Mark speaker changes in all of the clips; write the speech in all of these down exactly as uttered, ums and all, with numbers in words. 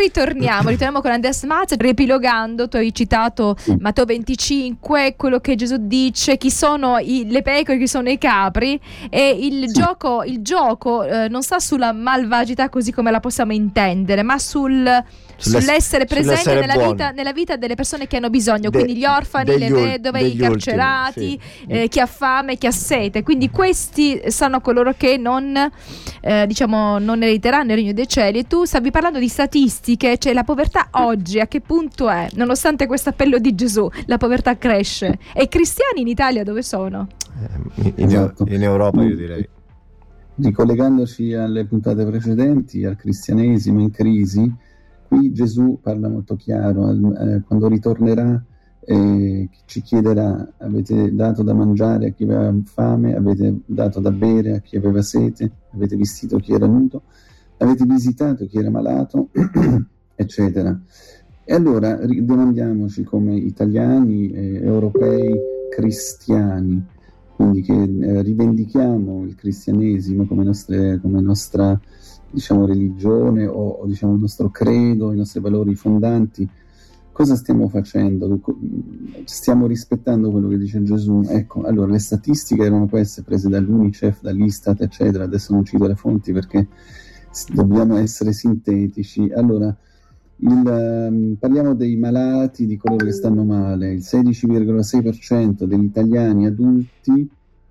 Speaker 1: ritorniamo, ritorniamo con Andreas Mazza, riepilogando. Tu hai citato Matteo venticinque, quello che Gesù dice, chi sono i, le pecore, chi sono i capri, e il sì. gioco, il gioco eh, non sta sulla malvagità così come la possiamo intendere, ma sul sull'essere presente sull'essere nella, vita, nella vita delle persone che hanno bisogno, De, quindi gli orfani, le vedove, i carcerati, ultimi, sì. eh, chi ha fame, chi ha sete. Quindi questi sono coloro che non eh, diciamo non erediteranno il regno dei cieli. E tu stavi parlando di statistiche, cioè la povertà oggi a che punto è? Nonostante questo appello di Gesù, la povertà cresce. E i cristiani in Italia dove sono?
Speaker 2: Eh, in, esatto. in Europa, io direi.
Speaker 3: Ricollegandoci alle puntate precedenti, al cristianesimo in crisi, qui Gesù parla molto chiaro, eh, quando ritornerà eh, ci chiederà: avete dato da mangiare a chi aveva fame, avete dato da bere a chi aveva sete, avete vestito chi era nudo, avete visitato chi era malato, eccetera. E allora domandiamoci, come italiani, eh, europei, cristiani, quindi che eh, rivendichiamo il cristianesimo come, nostre, come nostra diciamo religione o, o diciamo il nostro credo, i nostri valori fondanti, cosa stiamo facendo? Stiamo rispettando quello che dice Gesù? Ecco, allora le statistiche erano queste prese dall'Unicef, dall'Istat, eccetera. Adesso non cito le fonti perché dobbiamo essere sintetici. Allora, il, um, parliamo dei malati, di coloro che stanno male. Il sedici virgola sei per cento degli italiani adulti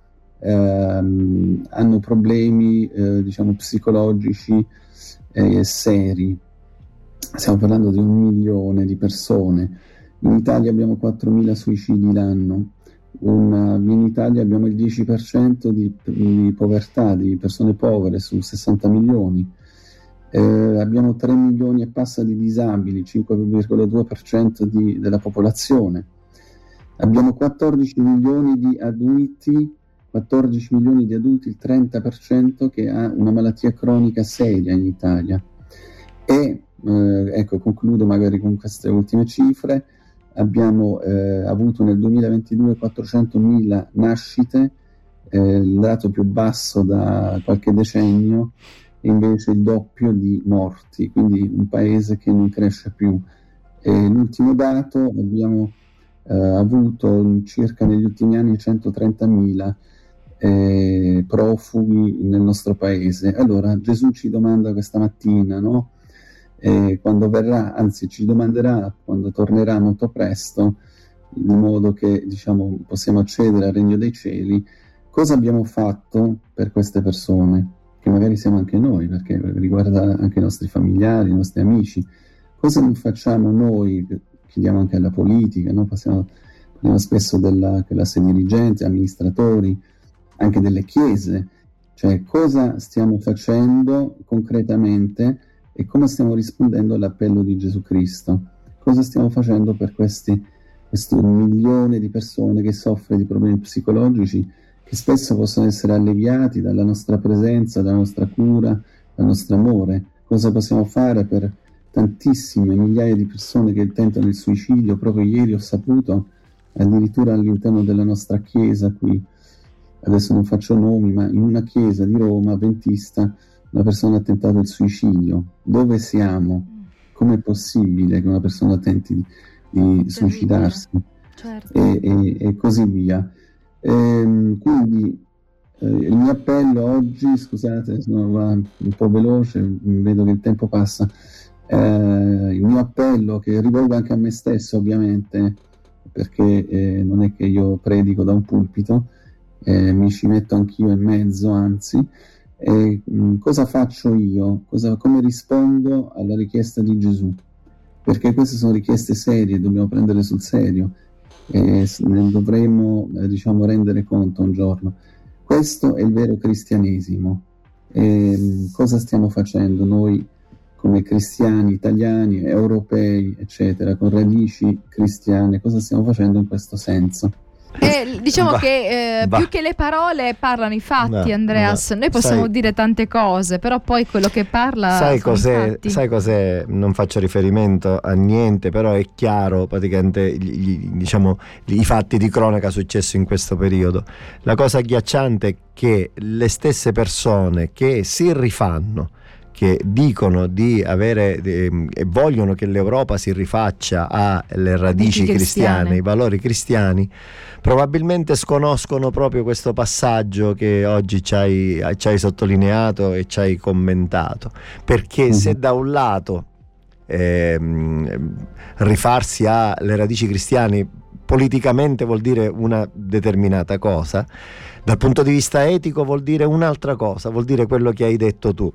Speaker 3: ehm, hanno problemi eh, diciamo psicologici eh, seri. Stiamo parlando di un milione di persone. In Italia abbiamo quattromila suicidi l'anno. Una, in Italia abbiamo il dieci per cento di, di povertà, di persone povere su sessanta milioni. Eh, abbiamo tre milioni e passa di disabili, cinque virgola due per cento di, della popolazione. Abbiamo quattordici milioni di adulti, quattordici milioni di adulti, il trenta per cento che ha una malattia cronica seria in Italia. E eh, ecco, concludo magari con queste ultime cifre. Abbiamo eh, avuto nel duemilaventidue quattrocentomila nascite, eh, il dato più basso da qualche decennio, e invece il doppio di morti, quindi un paese che non cresce più. E l'ultimo dato, abbiamo eh, avuto circa negli ultimi anni centotrentamila eh, profughi nel nostro paese. Allora Gesù ci domanda questa mattina, no? Eh, quando verrà, anzi ci domanderà quando tornerà molto presto, di modo che diciamo possiamo accedere al regno dei cieli, cosa abbiamo fatto per queste persone, che magari siamo anche noi, perché riguarda anche i nostri familiari, i nostri amici. Cosa non facciamo noi? Chiediamo anche alla politica, no? Passiamo, parliamo spesso della classe dirigente, amministratori, anche delle chiese, cioè cosa stiamo facendo concretamente e come stiamo rispondendo all'appello di Gesù Cristo? Cosa stiamo facendo per questi, questo milione di persone che soffre di problemi psicologici, che spesso possono essere alleviati dalla nostra presenza, dalla nostra cura, dal nostro amore? Cosa possiamo fare per tantissime migliaia di persone che tentano il suicidio? Proprio ieri ho saputo, addirittura all'interno della nostra chiesa qui, adesso non faccio nomi, ma in una chiesa di Roma, adventista, una persona ha tentato il suicidio. Dove siamo? Com'è possibile che una persona tenti di, di suicidarsi? Certo. E, e, e così via. E, quindi eh, il mio appello oggi, scusate, sono va un po' veloce, vedo che il tempo passa, eh, il mio appello, che rivolgo anche a me stesso ovviamente, perché eh, non è che io predico da un pulpito, eh, mi ci metto anch'io in mezzo, anzi. E, mh, cosa faccio io? Cosa, come rispondo alla richiesta di Gesù? Perché queste sono richieste serie, dobbiamo prenderle sul serio e ne dovremo eh, diciamo rendere conto un giorno. Questo è il vero cristianesimo. E, mh, cosa stiamo facendo noi come cristiani italiani, europei, eccetera, con radici cristiane? Cosa stiamo facendo in questo senso?
Speaker 1: Eh, diciamo bah, che eh, più che le parole parlano i fatti, no, Andreas. No. Noi possiamo sai, dire tante cose, però poi quello che parla
Speaker 2: sai
Speaker 1: sono
Speaker 2: cos'è,
Speaker 1: i fatti.
Speaker 2: Sai cos'è? Non faccio riferimento a niente, però è chiaro praticamente gli, gli, diciamo, i fatti di cronaca successi in questo periodo. La cosa agghiacciante è che le stesse persone che si rifanno, che dicono di avere eh, e vogliono che l'Europa si rifaccia alle radici cristiane, cristiane, ai valori cristiani, probabilmente sconoscono proprio questo passaggio che oggi ci hai, ci hai sottolineato e ci hai commentato, perché mm-hmm. se da un lato eh, rifarsi alle radici cristiane politicamente vuol dire una determinata cosa, dal punto di vista etico vuol dire un'altra cosa, vuol dire quello che hai detto tu.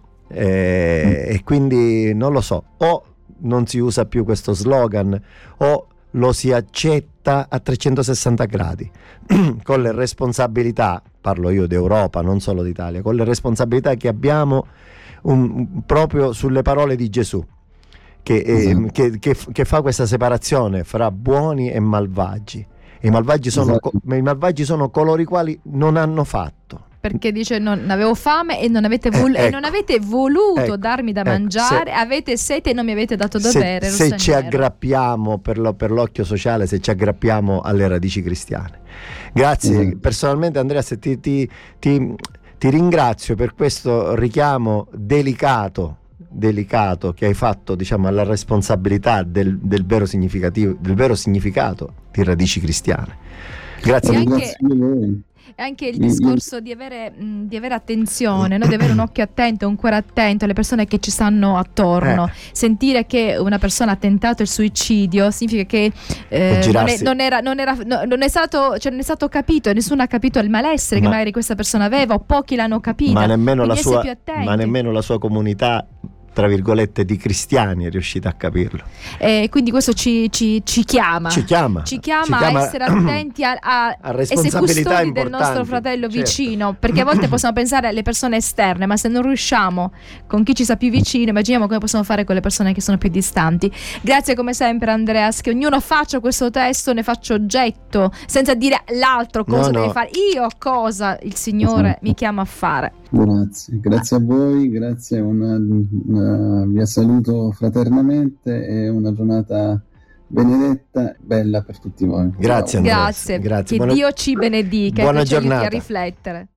Speaker 2: Eh, e quindi non lo so, o non si usa più questo slogan o lo si accetta a trecentosessanta gradi con le responsabilità, parlo io d'Europa, non solo d'Italia, con le responsabilità che abbiamo un, proprio sulle parole di Gesù che, eh, mm. che, che, che fa questa separazione fra buoni e malvagi, e i malvagi sono, esatto. co- i malvagi sono coloro i quali non hanno fatto,
Speaker 1: perché dice non avevo fame e non avete, vol- eh, ecco, e non avete voluto ecco, darmi da ecco, mangiare, se, avete sete e non mi avete dato da
Speaker 2: se,
Speaker 1: bere.
Speaker 2: Se ci aggrappiamo per, lo, per l'occhio sociale, se ci aggrappiamo alle radici cristiane. Grazie, mm. personalmente Andrea, se ti, ti, ti, ti ringrazio per questo richiamo delicato delicato che hai fatto, diciamo, alla responsabilità del, del vero significativo, del vero significato di radici cristiane. Grazie.
Speaker 1: E anche, anche il discorso di avere, mh, di avere attenzione, no? Di avere un occhio attento, un cuore attento alle persone che ci stanno attorno. Eh. Sentire che una persona ha tentato il suicidio significa che eh, non, è, non era, non era no, non è stato, cioè non è stato capito, nessuno ha capito il malessere ma, che magari questa persona aveva, o pochi l'hanno capito.
Speaker 2: Ma nemmeno, la sua, ma nemmeno la sua comunità, tra virgolette, di cristiani è riuscita a capirlo.
Speaker 1: E quindi questo ci, ci, ci chiama
Speaker 2: ci chiama,
Speaker 1: ci chiama,
Speaker 2: ci chiama
Speaker 1: a essere attenti a, a,
Speaker 2: a responsabilità
Speaker 1: essere custodi del nostro fratello, certo, vicino, perché a volte possiamo pensare alle persone esterne, ma se non riusciamo con chi ci sta più vicino, immaginiamo come possiamo fare con le persone che sono più distanti. Grazie come sempre Andreas, che ognuno faccia questo testo, ne faccia oggetto, senza dire l'altro cosa no, deve no. fare, io cosa il Signore esatto. mi chiama a fare.
Speaker 3: Grazie, grazie a voi, grazie, una, una, vi saluto fraternamente e una giornata benedetta, bella per tutti voi.
Speaker 2: Grazie,
Speaker 1: grazie, grazie. Che Buona, Dio ci benedica e
Speaker 2: buona
Speaker 1: che ci aiuti
Speaker 2: giornata.
Speaker 1: a riflettere.